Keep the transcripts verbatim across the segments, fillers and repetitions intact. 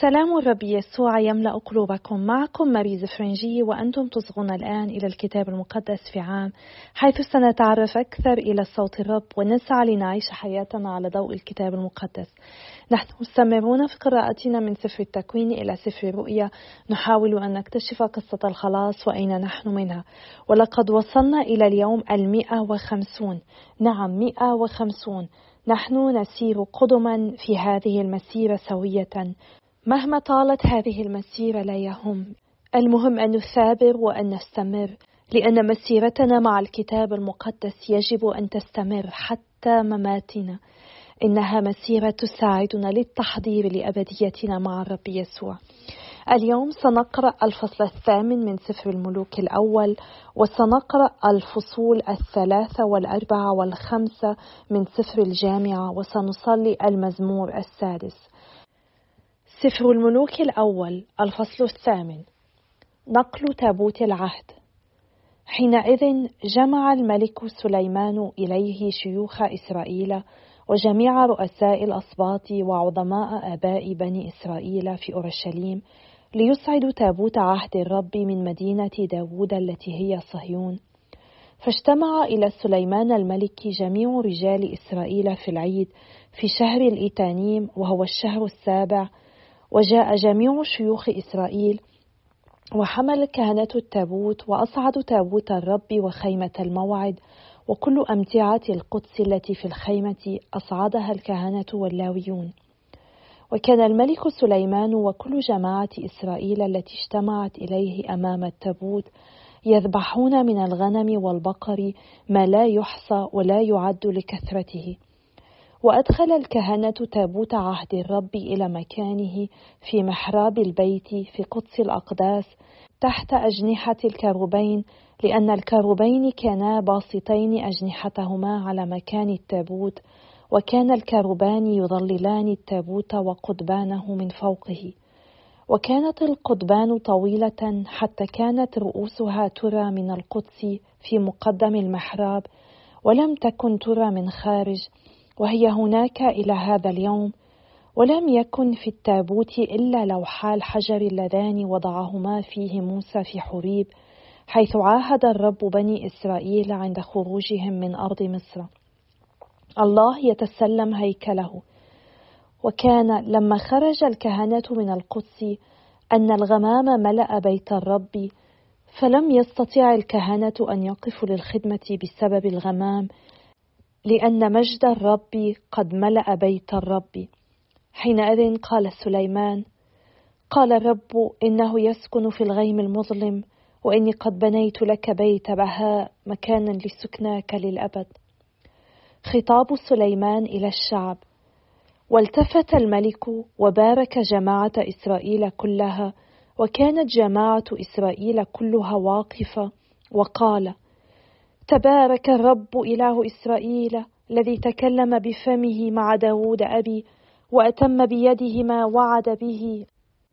سلام الرب يسوع يملأ قلوبكم. معكم ماريز فرنجي، وأنتم تصغون الآن إلى الكتاب المقدس في عام، حيث سنتعرف أكثر إلى صوت الرب ونسعى لنعيش حياتنا على ضوء الكتاب المقدس. نحن مستمرون في قراءتنا من سفر التكوين إلى سفر الرؤيا، نحاول أن نكتشف قصة الخلاص وأين نحن منها، ولقد وصلنا إلى اليوم المئة وخمسون. نعم، مئة وخمسون. نحن نسير قدما في هذه المسيرة سوية. مهما طالت هذه المسيرة لا يهم، المهم أن نثابر وأن نستمر، لأن مسيرتنا مع الكتاب المقدس يجب أن تستمر حتى مماتنا. إنها مسيرة تساعدنا للتحضير لأبديتنا مع الرب يسوع. اليوم سنقرأ الفصل الثامن من سفر الملوك الأول، وسنقرأ الفصول الثلاثة والأربعة والخمسة من سفر الجامعة، وسنصلي المزمور السادس. سفر الملوك الأول، الفصل الثامن. نقل تابوت العهد. حينئذ جمع الملك سليمان إليه شيوخ إسرائيل وجميع رؤساء الأسباط وعظماء آباء بني إسرائيل في أورشليم، ليصعدوا تابوت عهد الرب من مدينة داود التي هي صهيون. فاجتمع إلى سليمان الملك جميع رجال إسرائيل في العيد في شهر الإيتانيم، وهو الشهر السابع. وجاء جميع شيوخ إسرائيل، وحمل كهنة التابوت، وأصعدوا تابوت الرب وخيمة الموعد، وكل أمتعة القدس التي في الخيمة أصعدها الكهنة واللاويون. وكان الملك سليمان وكل جماعة إسرائيل التي اجتمعت إليه أمام التابوت يذبحون من الغنم والبقر ما لا يحصى ولا يعد لكثرته. وأدخل الكهنة تابوت عهد الرب إلى مكانه في محراب البيت في قدس الأقداس تحت أجنحة الكروبين، لأن الكروبين كانا باسطين أجنحتهما على مكان التابوت، وكان الكروبان يظللان التابوت وقضبانه من فوقه. وكانت القضبان طويلة حتى كانت رؤوسها ترى من القدس في مقدم المحراب، ولم تكن ترى من خارج، وهي هناك إلى هذا اليوم. ولم يكن في التابوت إلا لوحا الحجر اللذان وضعهما فيه موسى في حريب، حيث عاهد الرب بني إسرائيل عند خروجهم من أرض مصر. الله يتسلم هيكله. وكان لما خرج الكهنة من القدس أن الغمام ملأ بيت الرب، فلم يستطيع الكهنة أن يقفوا للخدمة بسبب الغمام، لأن مجد الرب قد ملأ بيت الرب. حينئذ قال سليمان: قال الرب إنه يسكن في الغيم المظلم، وإني قد بنيت لك بيت بهاء مكانا لسكناك للأبد. خطاب سليمان إلى الشعب. والتفت الملك وبارك جماعة إسرائيل كلها، وكانت جماعة إسرائيل كلها واقفة، وقال: تبارك الرب إله إسرائيل الذي تكلم بفمه مع داود أبي، وأتم بيده ما وعد به،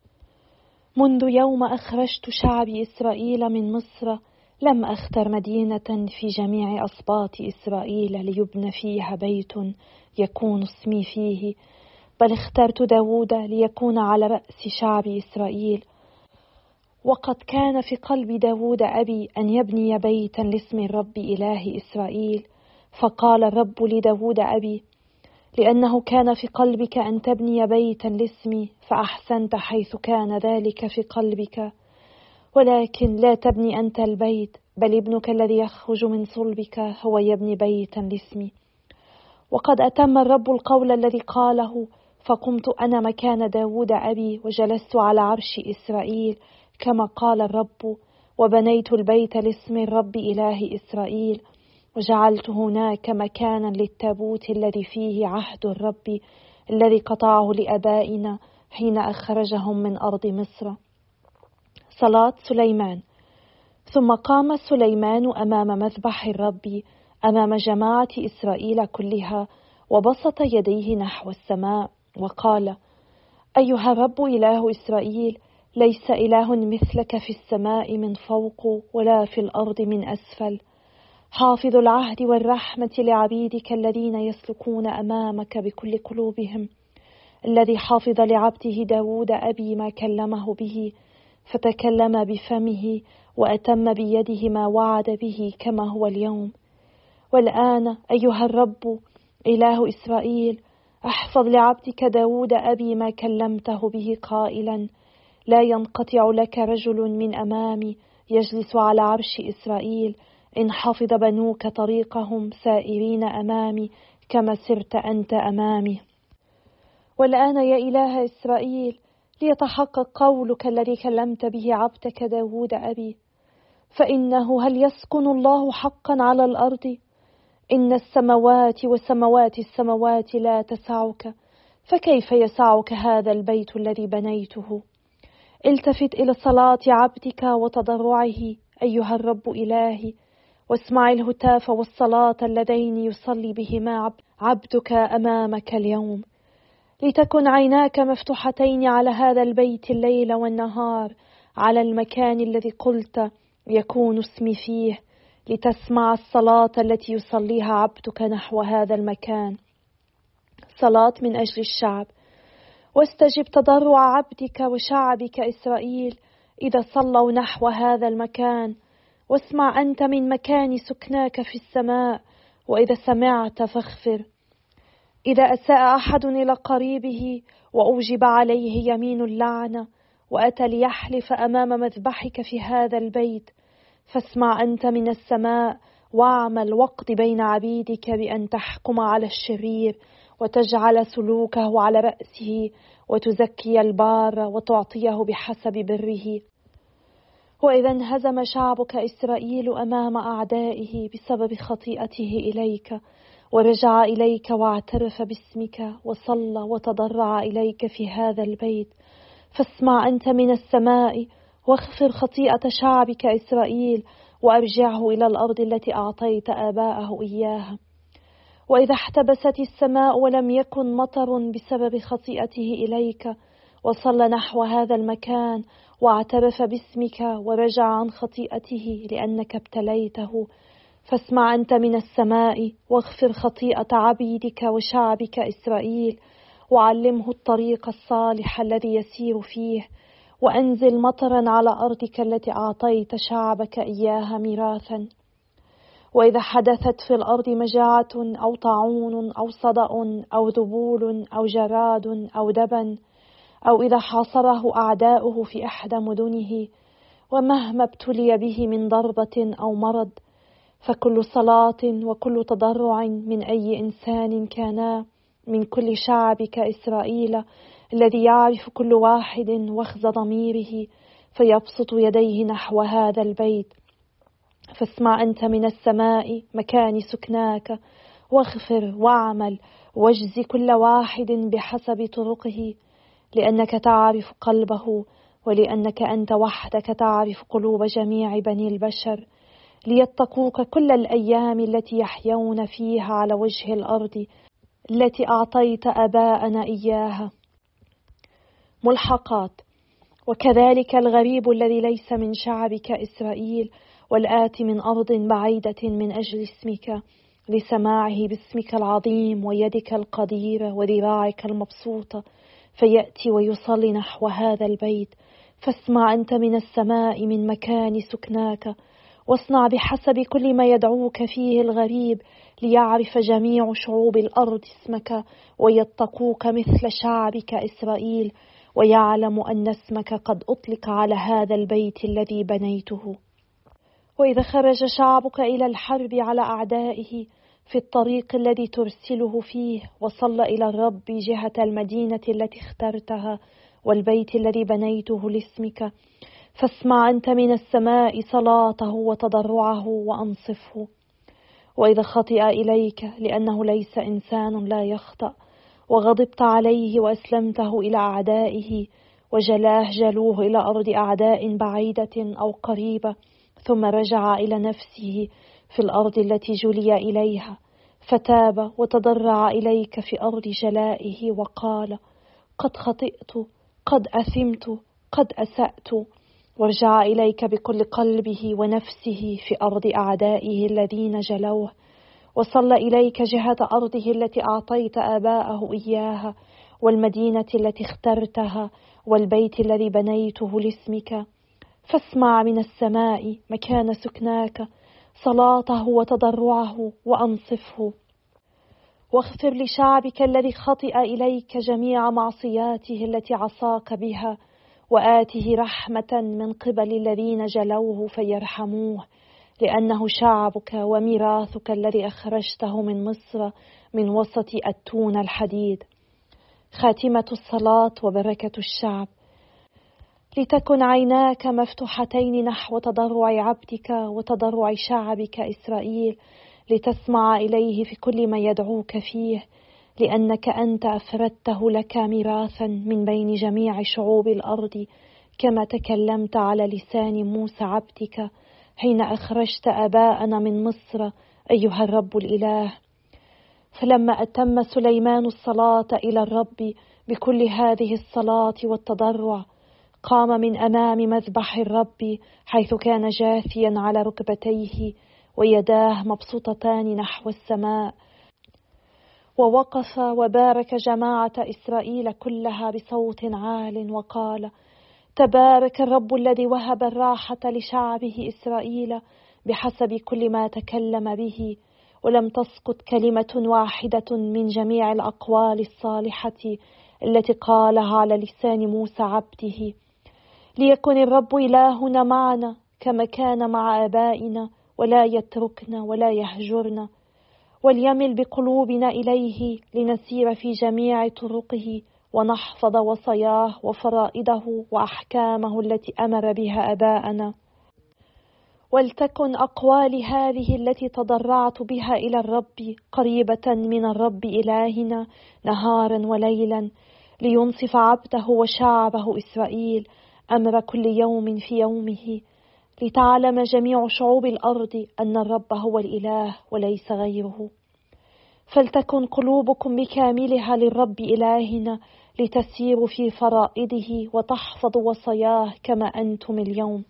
منذ يوم أخرجت شعب إسرائيل من مصر. لم أختر مدينة في جميع أسباط إسرائيل ليبنى فيها بيت يكون اسمي فيه، بل اخترت داود ليكون على رأس شعب إسرائيل. وقد كان في قلب داود أبي أن يبني بيتا لاسم الرب إله إسرائيل. فقال الرب لداود أبي: لأنه كان في قلبك أن تبني بيتا لاسمي، فأحسنت حيث كان ذلك في قلبك. ولكن لا تبني أنت البيت، بل ابنك الذي يخرج من صلبك هو يبني بيتا لاسمي. وقد أتم الرب القول الذي قاله، فقمت أنا مكان داود أبي، وجلست على عرش إسرائيل كما قال الرب، وبنيت البيت لاسم الرب إله إسرائيل، وجعلت هناك مكانا للتابوت الذي فيه عهد الرب الذي قطعه لآبائنا حين أخرجهم من أرض مصر. صلاة سليمان. ثم قام سليمان أمام مذبح الرب أمام جماعة إسرائيل كلها، وبسط يديه نحو السماء وقال: أيها الرب إله إسرائيل، ليس إله مثلك في السماء من فوق ولا في الأرض من أسفل، حافظ العهد والرحمة لعبيدك الذين يسلكون أمامك بكل قلوبهم، الذي حافظ لعبده داود أبي ما كلمه به، فتكلم بفمه وأتم بيده ما وعد به كما هو اليوم. والآن أيها الرب إله إسرائيل، احفظ لعبدك داود أبي ما كلمته به قائلا: لا ينقطع لك رجل من أمامي يجلس على عرش إسرائيل، إن حفظ بنوك طريقهم سائرين أمامي كما سرت أنت أمامي. والآن يا إله إسرائيل، ليتحقق قولك الذي كلمت به عبدك داود أبي، فإنه هل يسكن الله حقا على الأرض؟ إن السماوات وسموات السماوات لا تسعك، فكيف يسعك هذا البيت الذي بنيته؟ التفت إلى صلاة عبدك وتضرعه أيها الرب إلهي، واسمع الهتاف والصلاة اللذين يصلي بهما عبدك أمامك اليوم. لتكن عيناك مفتوحتين على هذا البيت الليل والنهار، على المكان الذي قلت يكون اسمي فيه، لتسمع الصلاة التي يصليها عبدك نحو هذا المكان، صلاة من أجل الشعب. واستجب تضرع عبدك وشعبك إسرائيل إذا صلوا نحو هذا المكان، واسمع أنت من مكان سكناك في السماء، وإذا سمعت فاغفر. إذا أساء أحد إلى قريبه وأوجب عليه يمين اللعنة، وأتى ليحلف أمام مذبحك في هذا البيت، فاسمع أنت من السماء واعمل وقت بين عبيدك بأن تحكم على الشرير وتجعل سلوكه على رأسه، وتزكي البار وتعطيه بحسب بره. وإذا انهزم شعبك إسرائيل أمام أعدائه بسبب خطيئته إليك، ورجع إليك واعترف باسمك وصلى وتضرع إليك في هذا البيت، فاسمع أنت من السماء واغفر خطيئة شعبك إسرائيل، وأرجعه إلى الأرض التي أعطيت آباءه إياها. وإذا احتبست السماء ولم يكن مطر بسبب خطيئته إليك، وصلى نحو هذا المكان واعترف باسمك ورجع عن خطيئته لأنك ابتليته، فاسمع أنت من السماء واغفر خطيئة عبيدك وشعبك إسرائيل، وعلمه الطريق الصالح الذي يسير فيه، وأنزل مطرا على أرضك التي أعطيت شعبك إياها ميراثا. وإذا حدثت في الأرض مجاعة أو طاعون أو صدأ أو ذبول أو جراد أو دبن، أو إذا حاصره أعداؤه في إحدى مدنه، ومهما ابتلي به من ضربة أو مرض، فكل صلاة وكل تضرع من أي إنسان كانا من كل شعبك إسرائيل الذي يعرف كل واحد وخز ضميره، فيبسط يديه نحو هذا البيت، فاسمع أنت من السماء مكان سكناك واغفر واعمل واجزي كل واحد بحسب طرقه، لأنك تعرف قلبه، ولأنك أنت وحدك تعرف قلوب جميع بني البشر، ليتقوك كل الأيام التي يحيون فيها على وجه الأرض التي أعطيت آباءنا إياها. ملحقات. وكذلك الغريب الذي ليس من شعبك إسرائيل والآتي من أرض بعيدة من أجل اسمك، لسماعه باسمك العظيم ويدك القديرة وذراعك المبسوطة، فيأتي ويصلي نحو هذا البيت، فاسمع أنت من السماء من مكان سكناك، واصنع بحسب كل ما يدعوك فيه الغريب، ليعرف جميع شعوب الأرض اسمك ويتقوك مثل شعبك إسرائيل، ويعلم أن اسمك قد أطلق على هذا البيت الذي بنيته. وإذا خرج شعبك إلى الحرب على أعدائه في الطريق الذي ترسله فيه، وصلى إلى الرب جهة المدينة التي اخترتها والبيت الذي بنيته لاسمك، فاسمع أنت من السماء صلاته وتضرعه وأنصفه. وإذا خطئ إليك لأنه ليس إنسان لا يخطأ، وغضبت عليه وأسلمته إلى أعدائه، وجلاه جلوه إلى أرض أعداء بعيدة أو قريبة، ثم رجع إلى نفسه في الأرض التي جلي إليها، فتاب وتضرع إليك في أرض جلائه وقال: قد خطئت، قد أثمت، قد أسأت، ورجع إليك بكل قلبه ونفسه في أرض أعدائه الذين جلوه، وصلى إليك جهة أرضه التي أعطيت آباءه إياها، والمدينة التي اخترتها والبيت الذي بنيته لاسمك. فاسمع من السماء مكان سكناك صلاته وتضرعه وأنصفه، واغفر لشعبك الذي خطئ إليك جميع معصياته التي عصاك بها، وآته رحمة من قبل الذين جلوه فيرحموه، لأنه شعبك وميراثك الذي أخرجته من مصر من وسط أتون الحديد. خاتمة الصلاة وبركة الشعب. لتكن عيناك مفتوحتين نحو تضرع عبدك وتضرع شعبك إسرائيل، لتسمع إليه في كل ما يدعوك فيه، لأنك أنت أفردته لك ميراثا من بين جميع شعوب الأرض، كما تكلمت على لسان موسى عبدك حين أخرجت آباءنا من مصر أيها الرب الإله. فلما أتم سليمان الصلاة إلى الرب بكل هذه الصلاة والتضرع، قام من أمام مذبح الرب حيث كان جاثيا على ركبتيه ويداه مبسوطتان نحو السماء، ووقف وبارك جماعة إسرائيل كلها بصوت عال وقال: تبارك الرب الذي وهب الراحة لشعبه إسرائيل بحسب كل ما تكلم به، ولم تسقط كلمة واحدة من جميع الأقوال الصالحة التي قالها على لسان موسى عبده. ليكن الرب إلهنا معنا كما كان مع آبائنا، ولا يتركنا ولا يهجرنا، وليمل بقلوبنا إليه لنسير في جميع طرقه ونحفظ وصاياه وفرائضه وأحكامه التي أمر بها آباءنا. ولتكن أقوال هذه التي تضرعت بها إلى الرب قريبة من الرب إلهنا نهارا وليلا، لينصف عبده وشعبه إسرائيل أمر كل يوم في يومه، لتعلم جميع شعوب الأرض أن الرب هو الإله وليس غيره. فلتكن قلوبكم بكاملها للرب إلهنا، لتسيروا في فرائضه وتحفظوا وصاياه كما أنتم اليوم.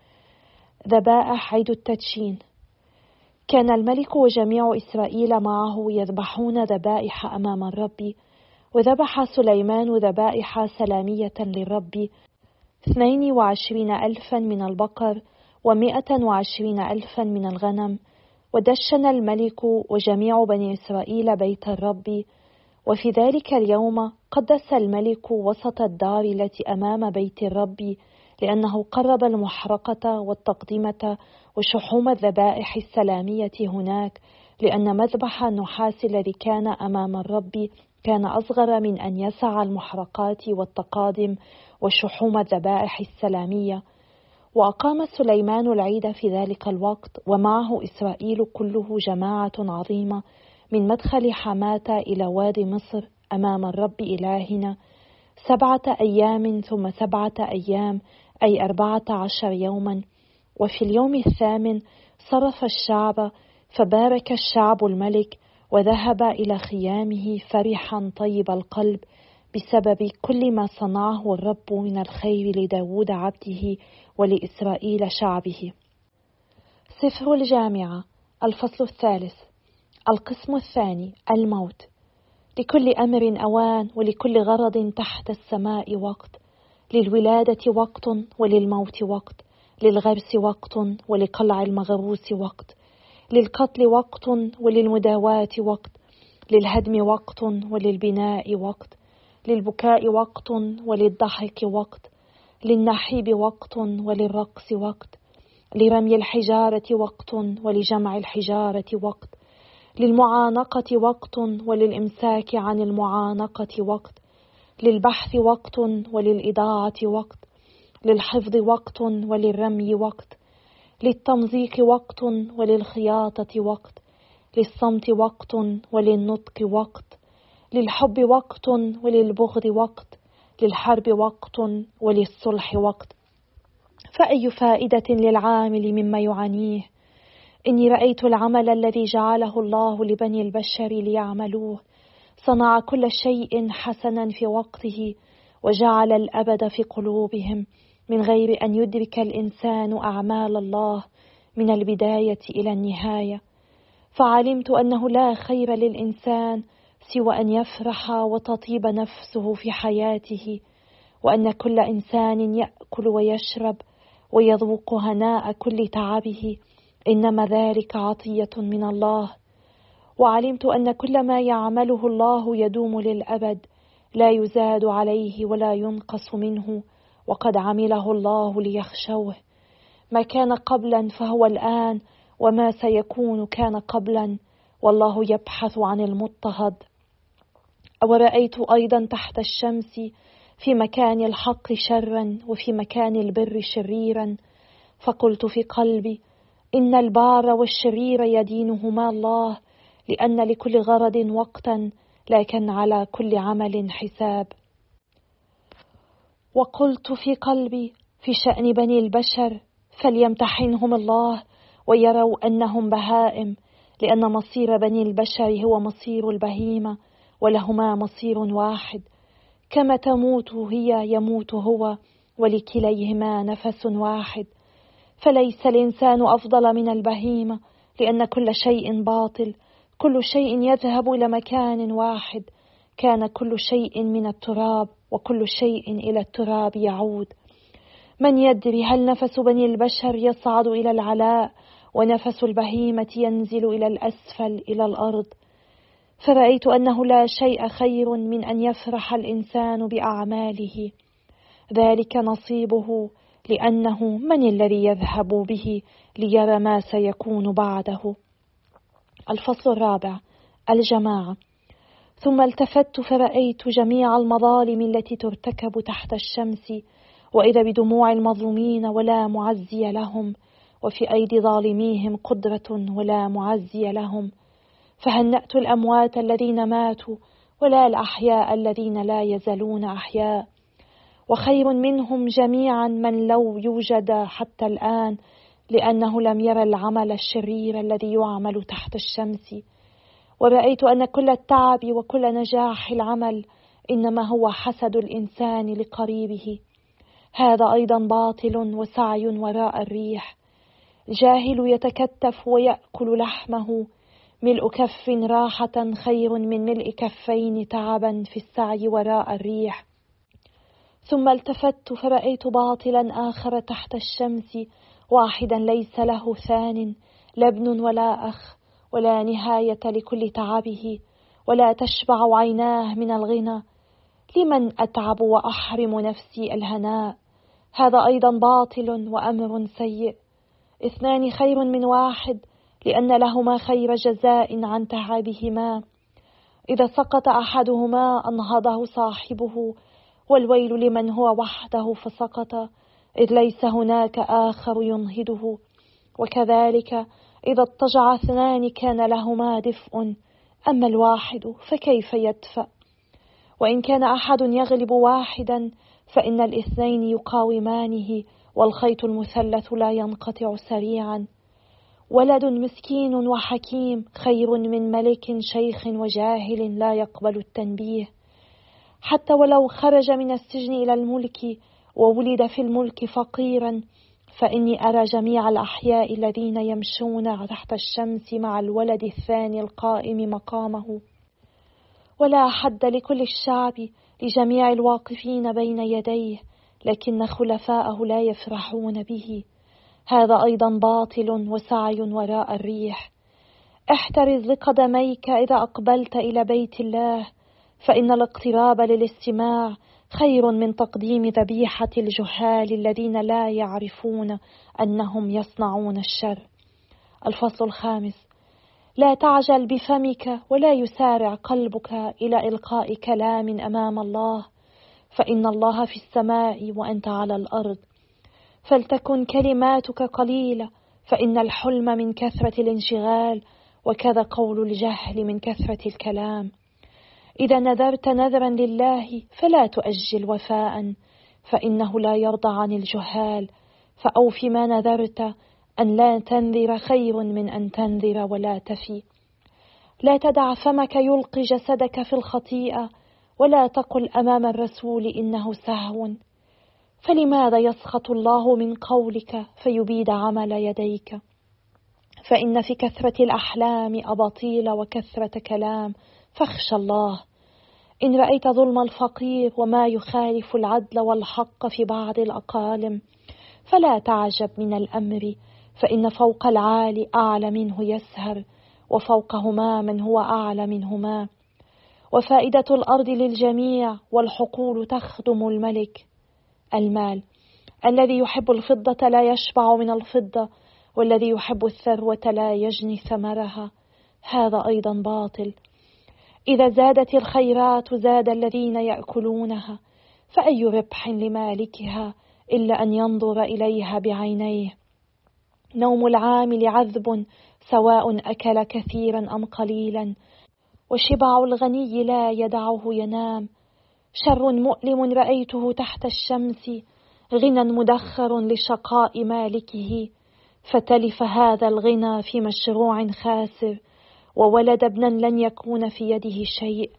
ذبائح عيد التدشين. كان الملك وجميع إسرائيل معه يذبحون ذبائح أمام الرب، وذبح سليمان ذبائح سلامية للرب اثنين وعشرين ألفا من البقر ومائة وعشرين ألفا من الغنم. ودشن الملك وجميع بني إسرائيل بيت الرب. وفي ذلك اليوم قدس الملك وسط الدار التي أمام بيت الرب، لأنه قرب المحرقة والتقدمة وشحوم الذبائح السلامية هناك، لأن مذبح النحاس الذي كان أمام الرب كان أصغر من أن يسع المحرقات والتقادم وشحوم الذبائح السلامية. وأقام سليمان العيد في ذلك الوقت، ومعه إسرائيل كله جماعة عظيمة من مدخل حماة إلى وادي مصر أمام الرب إلهنا سبعة أيام ثم سبعة أيام، أي أربعة عشر يوما. وفي اليوم الثامن صرف الشعب، فبارك الشعب الملك وذهب إلى خيامه فرحا طيب القلب بسبب كل ما صنعه الرب من الخير لداود عبده ولإسرائيل شعبه. سفر الجامعة. الفصل الثالث. القسم الثاني. الموت. لكل أمر أوان، ولكل غرض تحت السماء وقت، للولادة وقت وللموت وقت، للغرس وقت ولقلع المغروس وقت، للقتل وقت وللمداواة وقت، للهدم وقت وللبناء وقت، للبكاء وقت وللضحك وقت، للنحيب وقت وللرقص وقت، لرمي الحجارة وقت ولجمع الحجارة وقت، للمعانقة وقت وللإمساك عن المعانقة وقت، للبحث وقت وللإضاعة وقت، للحفظ وقت وللرمي وقت، للتمزيق وقت وللخياطة وقت، للصمت وقت وللنطق وقت، للحب وقت وللبغض وقت، للحرب وقت وللصلح وقت. فأي فائدة للعامل مما يعانيه؟ إني رأيت العمل الذي جعله الله لبني البشر ليعملوه، صنع كل شيء حسنا في وقته، وجعل الأبد في قلوبهم، من غير أن يدرك الإنسان أعمال الله من البداية إلى النهاية. فعلمت أنه لا خير للإنسان سوى أن يفرح وتطيب نفسه في حياته، وأن كل إنسان يأكل ويشرب ويذوق هناء كل تعبه، إنما ذلك عطية من الله. وعلمت أن كل ما يعمله الله يدوم للأبد، لا يزاد عليه ولا ينقص منه، وقد عمله الله ليخشوه. ما كان قبلا فهو الآن، وما سيكون كان قبلا، والله يبحث عن المضطهد. ورأيت أيضا تحت الشمس في مكان الحق شرا، وفي مكان البر شريرا، فقلت في قلبي: إن البار والشرير يدينهما الله، لأن لكل غرض وقتا، لكن على كل عمل حساب. وقلت في قلبي: في شأن بني البشر فليمتحنهم الله ويروا أنهم بهائم، لأن مصير بني البشر هو مصير البهيمة، ولهما مصير واحد، كما تموت هي يموت هو، ولكليهما نفس واحد. فليس الإنسان أفضل من البهيمة، لأن كل شيء باطل، كل شيء يذهب إلى مكان واحد، كان كل شيء من التراب، وكل شيء إلى التراب يعود. من يدري هل نفس بني البشر يصعد إلى العلاء، ونفس البهيمة ينزل إلى الأسفل إلى الأرض؟ فرأيت أنه لا شيء خير من أن يفرح الإنسان بأعماله، ذلك نصيبه، لأنه من الذي يذهب به ليرى ما سيكون بعده؟ الفصل الرابع: الجماعة. ثم التفت فرأيت جميع المظالم التي ترتكب تحت الشمس، وإذا بدموع المظلومين ولا معزي لهم، وفي أيدي ظالميهم قدرة ولا معزي لهم. فهنأت الأموات الذين ماتوا، ولا الأحياء الذين لا يزالون أحياء. وخير منهم جميعا من لو يوجد حتى الآن، لأنه لم يرى العمل الشرير الذي يعمل تحت الشمس. ورأيت أن كل التعب وكل نجاح العمل إنما هو حسد الإنسان لقريبه، هذا أيضا باطل وسعي وراء الريح. الجاهل يتكتف ويأكل لحمه، ملء كف راحة خير من ملء كفين تعبا في السعي وراء الريح. ثم التفت فرأيت باطلا آخر تحت الشمس، واحدا ليس له ثان، لا ابن ولا أخ، ولا نهاية لكل تعبه، ولا تشبع عيناه من الغنى. لمن أتعب وأحرم نفسي الهناء؟ هذا أيضا باطل وأمر سيء. اثنان خير من واحد، لأن لهما خير جزاء عن تعبهما. إذا سقط أحدهما أنهضه صاحبه، والويل لمن هو وحده فسقط، إذ ليس هناك آخر ينهضه. وكذلك إذا اضطجع اثنان كان لهما دفء، أما الواحد فكيف يدفأ؟ وإن كان أحد يغلب واحدا فإن الاثنين يقاومانه، والخيط المثلث لا ينقطع سريعا. ولد مسكين وحكيم خير من ملك شيخ وجاهل لا يقبل التنبيه. حتى ولو خرج من السجن إلى الملك وولد في الملك فقيرا، فإني أرى جميع الأحياء الذين يمشون تحت الشمس مع الولد الثاني القائم مقامه. ولا حد لكل الشعب، لجميع الواقفين بين يديه، لكن خلفاءه لا يفرحون به، هذا أيضا باطل وسعي وراء الريح. احترز لقدميك إذا أقبلت إلى بيت الله، فإن الاقتراب للاستماع خير من تقديم ذبيحة الجهال الذين لا يعرفون أنهم يصنعون الشر. الفصل الخامس: لا تعجل بفمك، ولا يسارع قلبك إلى إلقاء كلام أمام الله، فإن الله في السماء وأنت على الأرض. فلتكن كلماتك قليلة، فإن الحلم من كثرة الانشغال، وكذا قول الجهل من كثرة الكلام. إذا نذرت نذرا لله فلا تؤجل وفاء، فإنه لا يرضى عن الجهال. فأوف ما نذرت، أن لا تنذر خير من أن تنذر ولا تفي. لا تدع فمك يلقي جسدك في الخطيئة، ولا تقل أمام الرسول إنه سهو. فلماذا يسخط الله من قولك فيبيد عمل يديك؟ فإن في كثرة الأحلام أباطيل وكثرة كلام فاخشى الله. إن رأيت ظلم الفقير وما يخالف العدل والحق في بعض الأقالم فلا تعجب من الأمر، فإن فوق العالي أعلى منه يسهر، وفوقهما من هو أعلى منهما. وفائدة الأرض للجميع، والحقول تخدم الملك. المال: الذي يحب الفضة لا يشبع من الفضة، والذي يحب الثروة لا يجني ثمرها. هذا أيضا باطل. إذا زادت الخيرات زاد الذين يأكلونها، فأي ربح لمالكها إلا أن ينظر إليها بعينيه. نوم العامل عذب سواء أكل كثيرا أم قليلا، وشبع الغني لا يدعه ينام. شر مؤلم رأيته تحت الشمس، غنى مدخر لشقاء مالكه، فتلف هذا الغنى في مشروع خاسر، وولد ابنا لن يكون في يده شيء.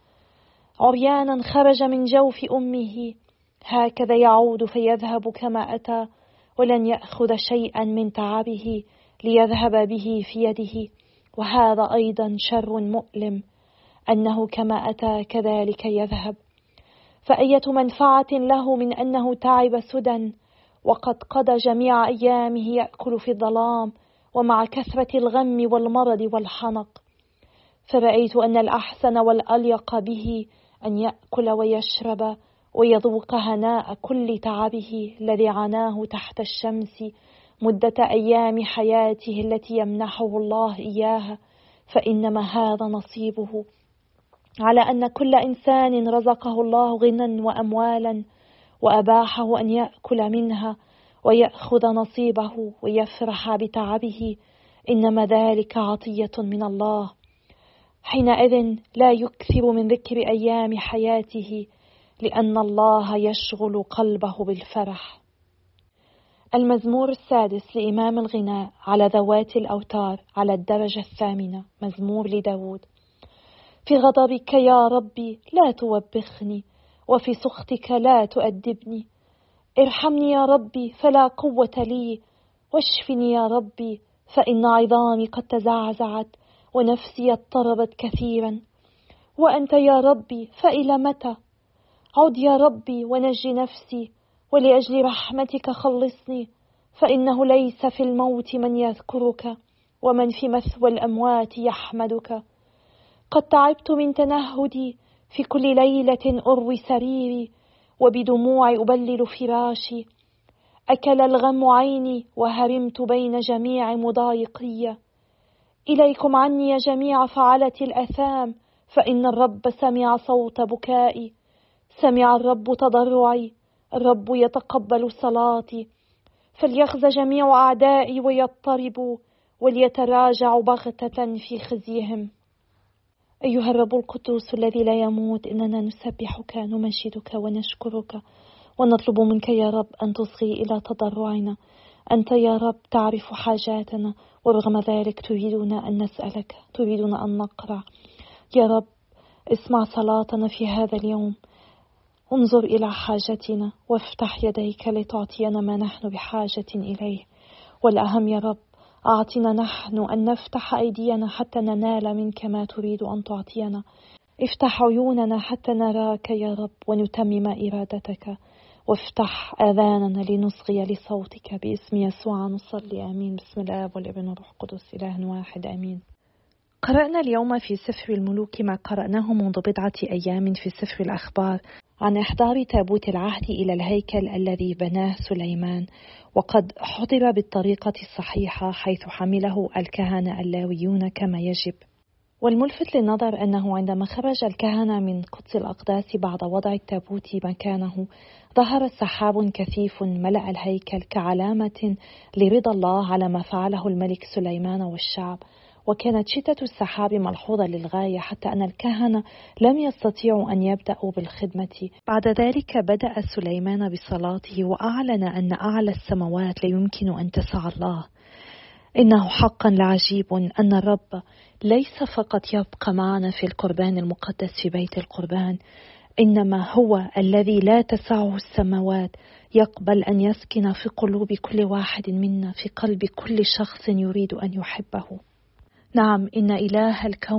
عريانا خرج من جوف أمه، هكذا يعود فيذهب كما أتى، ولن يأخذ شيئا من تعبه ليذهب به في يده. وهذا أيضا شر مؤلم، أنه كما أتى كذلك يذهب. فأية منفعة له من أنه تعب سدى، وقد قضى جميع أيامه يأكل في الظلام، ومع كثرة الغم والمرض والحنق. فرأيت أن الأحسن والأليق به أن يأكل ويشرب ويذوق هناء كل تعبه الذي عناه تحت الشمس مدة أيام حياته التي يمنحه الله إياها، فإنما هذا نصيبه. على أن كل إنسان رزقه الله غنى وأموالا وأباحه أن يأكل منها ويأخذ نصيبه ويفرح بتعبه، إنما ذلك عطية من الله. حينئذ لا يكثر من ذكر أيام حياته، لأن الله يشغل قلبه بالفرح. المزمور السادس لإمام الغناء على ذوات الأوتار على الدرجة الثامنة، مزمور لداود. في غضبك يا ربي لا توبخني، وفي سخطك لا تؤدبني. ارحمني يا ربي فلا قوة لي، واشفني يا ربي فإن عظامي قد تزعزعت، ونفسي اضطربت كثيرا. وأنت يا ربي فإلى متى؟ عد يا ربي ونجي نفسي، ولأجل رحمتك خلصني، فإنه ليس في الموت من يذكرك، ومن في مثوى الأموات يحمدك. قد تعبت من تنهدي، في كل ليلة أروي سريري، وبدموع أبلل فراشي. أكل الغم عيني، وهرمت بين جميع مضايقية. إليكم عني يا جميع فعلة الأثام، فإن الرب سمع صوت بكائي. سمع الرب تضرعي، الرب يتقبل صلاتي. فليخزى جميع أعدائي ويضطربوا، وليتراجعوا بغتة في خزيهم. أيها الرب القدوس الذي لا يموت، إننا نسبحك نمجدك ونشكرك ونطلب منك يا رب أن تصغي إلى تضرعنا. أنت يا رب تعرف حاجاتنا، ورغم ذلك تريدنا أن نسألك، تريدنا أن نقرأ. يا رب اسمع صلاتنا في هذا اليوم، انظر إلى حاجتنا وافتح يديك لتعطينا ما نحن بحاجة إليه. والأهم يا رب أعطنا نحن أن نفتح أيدينا حتى ننال منك ما تريد أن تعطينا. افتح عيوننا حتى نراك يا رب ونتمم إرادتك، وافتح آذاننا لنصغي لصوتك. باسم يسوع نصلي آمين. بسم الله والابن والروح القدس إله واحد آمين. قرأنا اليوم في سفر الملوك ما قرأناه منذ بضعة أيام في سفر الأخبار عن إحضار تابوت العهد إلى الهيكل الذي بناه سليمان، وقد حضر بالطريقة الصحيحة حيث حمله الكهنة اللاويون كما يجب. والملفت للنظر أنه عندما خرج الكهنة من قدس الأقداس بعد وضع التابوت مكانه، ظهر سحاب كثيف ملأ الهيكل كعلامة لرضا الله على ما فعله الملك سليمان والشعب. وكانت شدة السحاب ملحوظة للغاية، حتى أن الكهنة لم يستطيعوا أن يبدأوا بالخدمة. بعد ذلك بدأ سليمان بصلاته، وأعلن أن أعلى السماوات لا يمكن أن تسع الله. إنه حقا لعجيب أن الرب ليس فقط يبقى معنا في القربان المقدس في بيت القربان، إنما هو الذي لا تسعه السماوات يقبل أن يسكن في قلوب كل واحد منا، في قلب كل شخص يريد أن يحبه. نعم، إن إله الكون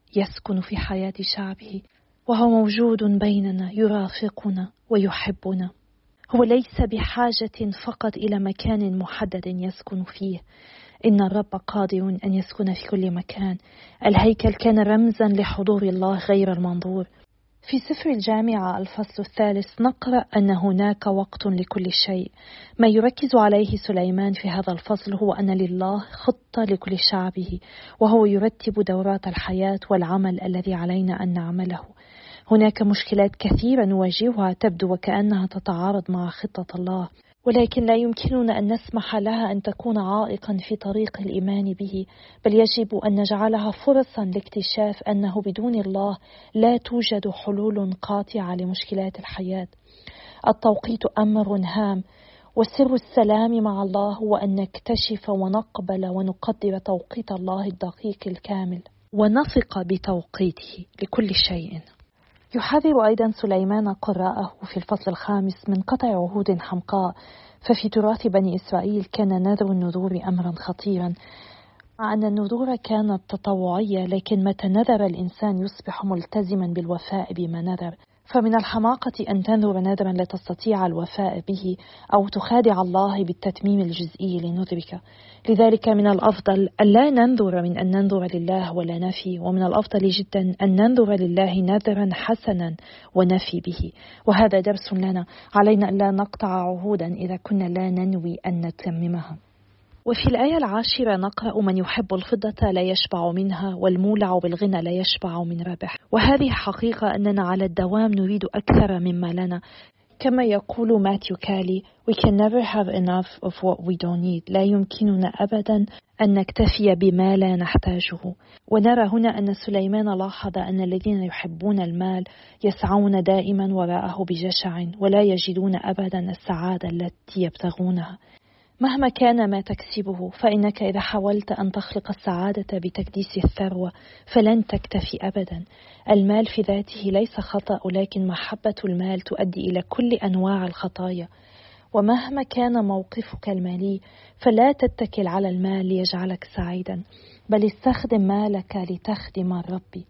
يسكن في حياة شعبه، وهو موجود بيننا يرافقنا ويحبنا. هو ليس بحاجة فقط إلى مكان محدد يسكن فيه، إن الرب قادر أن يسكن في كل مكان. الهيكل كان رمزا لحضور الله غير المنظور. في سفر الجامعة الفصل الثالث نقرأ أن هناك وقت لكل شيء. ما يركز عليه سليمان في هذا الفصل هو أن لله خطة لكل شعبه، وهو يرتب دورات الحياة والعمل الذي علينا أن نعمله. هناك مشكلات كثيرة نواجهها تبدو وكأنها تتعارض مع خطة الله، ولكن لا يمكننا أن نسمح لها أن تكون عائقا في طريق الإيمان به، بل يجب أن نجعلها فرصا لاكتشاف أنه بدون الله لا توجد حلول قاطعة لمشكلات الحياة. التوقيت أمر هام، وسر السلام مع الله هو أن نكتشف ونقبل ونقدر توقيت الله الدقيق الكامل، ونثق بتوقيته لكل شيء. يحذر أيضا سليمان قراءه في الفصل الخامس من قطع عهود حمقاء، ففي تراث بني إسرائيل كان نذر النذور أمرا خطيرا. مع أن النذور كانت تطوعية، لكن متى نذر الإنسان يصبح ملتزما بالوفاء بما نذر. فمن الحماقة أن تنذر نذرا لا تستطيع الوفاء به، أو تخادع الله بالتتميم الجزئي لنذرك. لذلك من الأفضل ألا ننذر من أن ننذر لله ولا نفي، ومن الأفضل جدا أن ننذر لله نذرا حسنا ونفي به. وهذا درس لنا، علينا ألا نقطع عهودا إذا كنا لا ننوي أن نتممها. وفي الآية العاشرة نقرأ: من يحب الفضة لا يشبع منها، والمولع بالغنى لا يشبع من ربح. وهذه حقيقة أننا على الدوام نريد أكثر مما لنا. كما يقول ماثيو كالي: we can never have enough of what we don't need. لا يمكننا أبدا أن نكتفي بما لا نحتاجه. ونرى هنا أن سليمان لاحظ أن الذين يحبون المال يسعون دائما وراءه بجشع، ولا يجدون أبدا السعادة التي يبتغونها. مهما كان ما تكسبه، فإنك إذا حاولت أن تخلق السعادة بتكديس الثروة فلن تكتفي أبدا. المال في ذاته ليس خطأ، لكن محبة المال تؤدي إلى كل أنواع الخطايا. ومهما كان موقفك المالي فلا تتكل على المال ليجعلك سعيدا، بل استخدم مالك لتخدم الرب.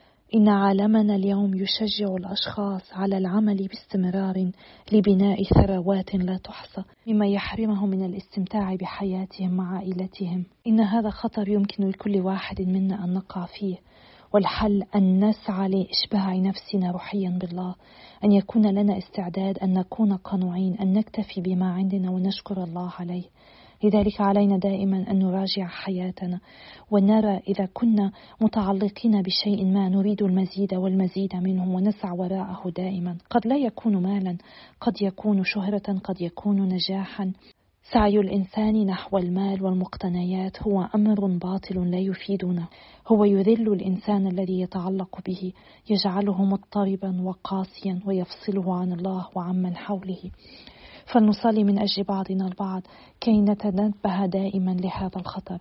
إن عالمنا اليوم يشجع الأشخاص على العمل باستمرار لبناء ثروات لا تحصى، مما يحرمهم من الاستمتاع بحياتهم مع عائلتهم. إن هذا خطر يمكن لكل واحد منا أن نقع فيه، والحل أن نسعى لإشباع نفسنا روحيا بالله، أن يكون لنا استعداد أن نكون قنوعين، أن نكتفي بما عندنا ونشكر الله عليه. لذلك علينا دائما أن نراجع حياتنا ونرى إذا كنا متعلقين بشيء ما نريد المزيد والمزيد منه ونسعى وراءه دائما. قد لا يكون مالا، قد يكون شهرة، قد يكون نجاحا. سعي الإنسان نحو المال والمقتنيات هو أمر باطل لا يفيدنا. هو يذل الإنسان الذي يتعلق به، يجعله مضطربا وقاسيا ويفصله عن الله وعمن حوله. فلنصلي من أجل بعضنا البعض كي نتنبه دائما لهذا الخطر،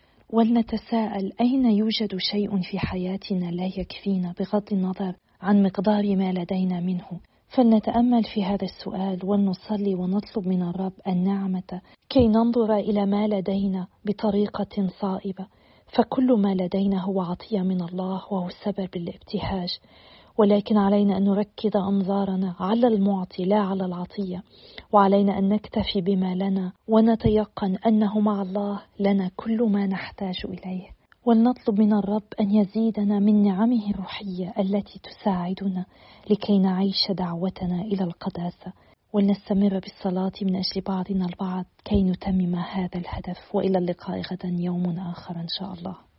ولنتساءل: أين يوجد شيء في حياتنا لا يكفينا بغض النظر عن مقدار ما لدينا منه؟ فلنتأمل في هذا السؤال ونصلي ونطلب من الرب النعمة كي ننظر إلى ما لدينا بطريقة صائبة. فكل ما لدينا هو عطية من الله وهو سبب الابتهاج، ولكن علينا أن نركز أنظارنا على المعطي لا على العطية، وعلينا أن نكتفي بما لنا ونتيقن أنه مع الله لنا كل ما نحتاج إليه. ولنطلب من الرب أن يزيدنا من نعمه الروحية التي تساعدنا لكي نعيش دعوتنا إلى القداسة. ولنستمر بالصلاة من أجل بعضنا البعض كي نتمم هذا الهدف. وإلى اللقاء غدا يوم آخر إن شاء الله.